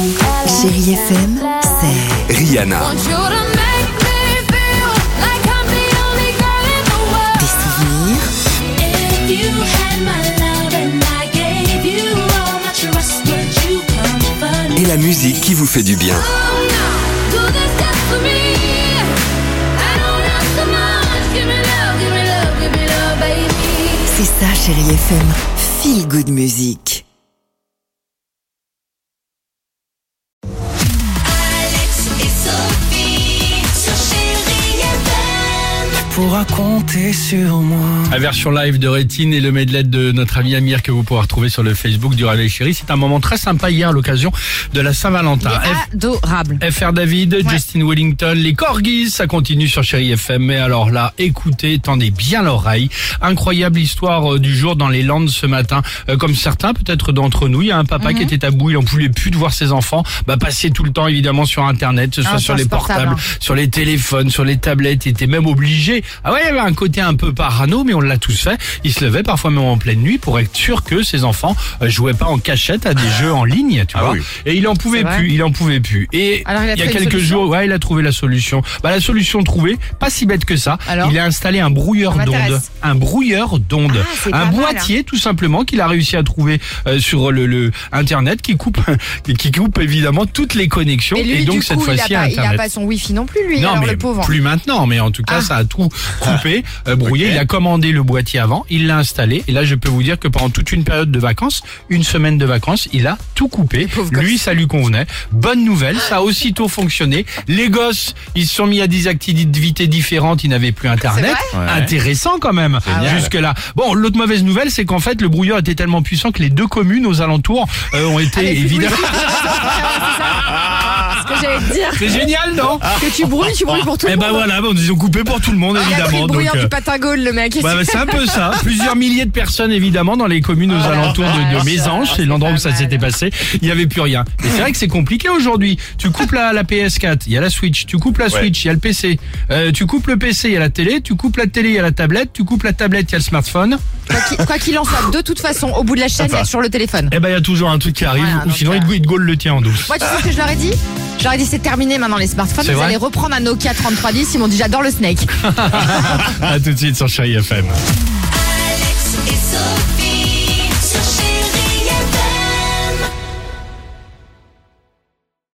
Chérie FM, c'est Rihanna. des souvenirs Et la musique qui vous fait du bien. c'est ça Chérie FM, Feel Good Music. Pourra compter sur moi. La version live de Rétine et le medley de notre ami Amir que vous pourrez retrouver sur le Facebook du Réveil Chéri. C'est un moment très sympa hier à l'occasion de la Saint-Valentin. Adorable. FR David, Justin Wellington, les Corgis, ça continue sur Chéri FM. Mais alors là, écoutez, tendez bien l'oreille. Incroyable histoire du jour dans les Landes ce matin. Comme certains peut-être d'entre nous, il y a un papa qui était à bout, il en pouvait plus de voir ses enfants passer tout le temps évidemment sur Internet, ce soit sur les portables, sur les téléphones, sur les tablettes. Il était même obligé. Ah ouais, il y avait un côté un peu parano, mais on l'a tous fait. Il se levait parfois même en pleine nuit pour être sûr que ses enfants jouaient pas en cachette à des jeux en ligne, tu vois. Oui. Et il en pouvait plus, Et alors, il y a quelques jours, il a trouvé la solution. La solution trouvée, pas si bête que ça. Alors, il a installé un brouilleur d'ondes. Un brouilleur d'ondes. Un boîtier, tout simplement, qu'il a réussi à trouver sur le Internet qui coupe évidemment toutes les connexions. Et, lui, et donc, du coup, cette fois-ci, Internet. Il a pas son Wi-Fi non plus, lui. Non, alors, mais le pauvre. plus maintenant, mais en tout cas, ça a tout coupé, brouillé. Okay. Il a commandé le boîtier avant, il l'a installé. Et là, je peux vous dire que pendant toute une période de vacances, une semaine de vacances, il a tout coupé. Lui, ça lui convenait. Bonne nouvelle, ça a aussitôt fonctionné. Les gosses, ils se sont mis à des activités différentes, ils n'avaient plus Internet. Intéressant quand même, jusque-là. Bon, l'autre mauvaise nouvelle, c'est qu'en fait, le brouilleur était tellement puissant que les deux communes aux alentours ont été évidemment... Ce que j'allais te dire. C'est génial, non? Que tu brouilles pour tout le monde. Voilà, ils ont coupé pour tout le monde, évidemment. Il a pris le brouilleur du Patagone, le mec. C'est un peu ça. Plusieurs milliers de personnes, évidemment, dans les communes aux alentours de Mésange. C'est l'endroit où ça s'était passé. Il n'y avait plus rien. Et c'est vrai que c'est compliqué aujourd'hui. Tu coupes la PS4, il y a la Switch. Tu coupes la Switch, il y a le PC. Tu coupes le PC, il y a la télé. Tu coupes la télé, il y a la tablette. Tu coupes la tablette, il y a le smartphone. Quoi qu'il en soit, de toute façon, au bout de la chaîne, il y a toujours le téléphone. Il y a toujours un truc qui arrive. Ou sinon, il te gaule le tien en douce. Moi, tu sais ce que je leur ai dit? Je leur ai dit c'est terminé maintenant les smartphones, vous allez reprendre un Nokia 3310, ils m'ont dit j'adore le Snake. À tout de suite sur Chéri FM. Alex et Sophie.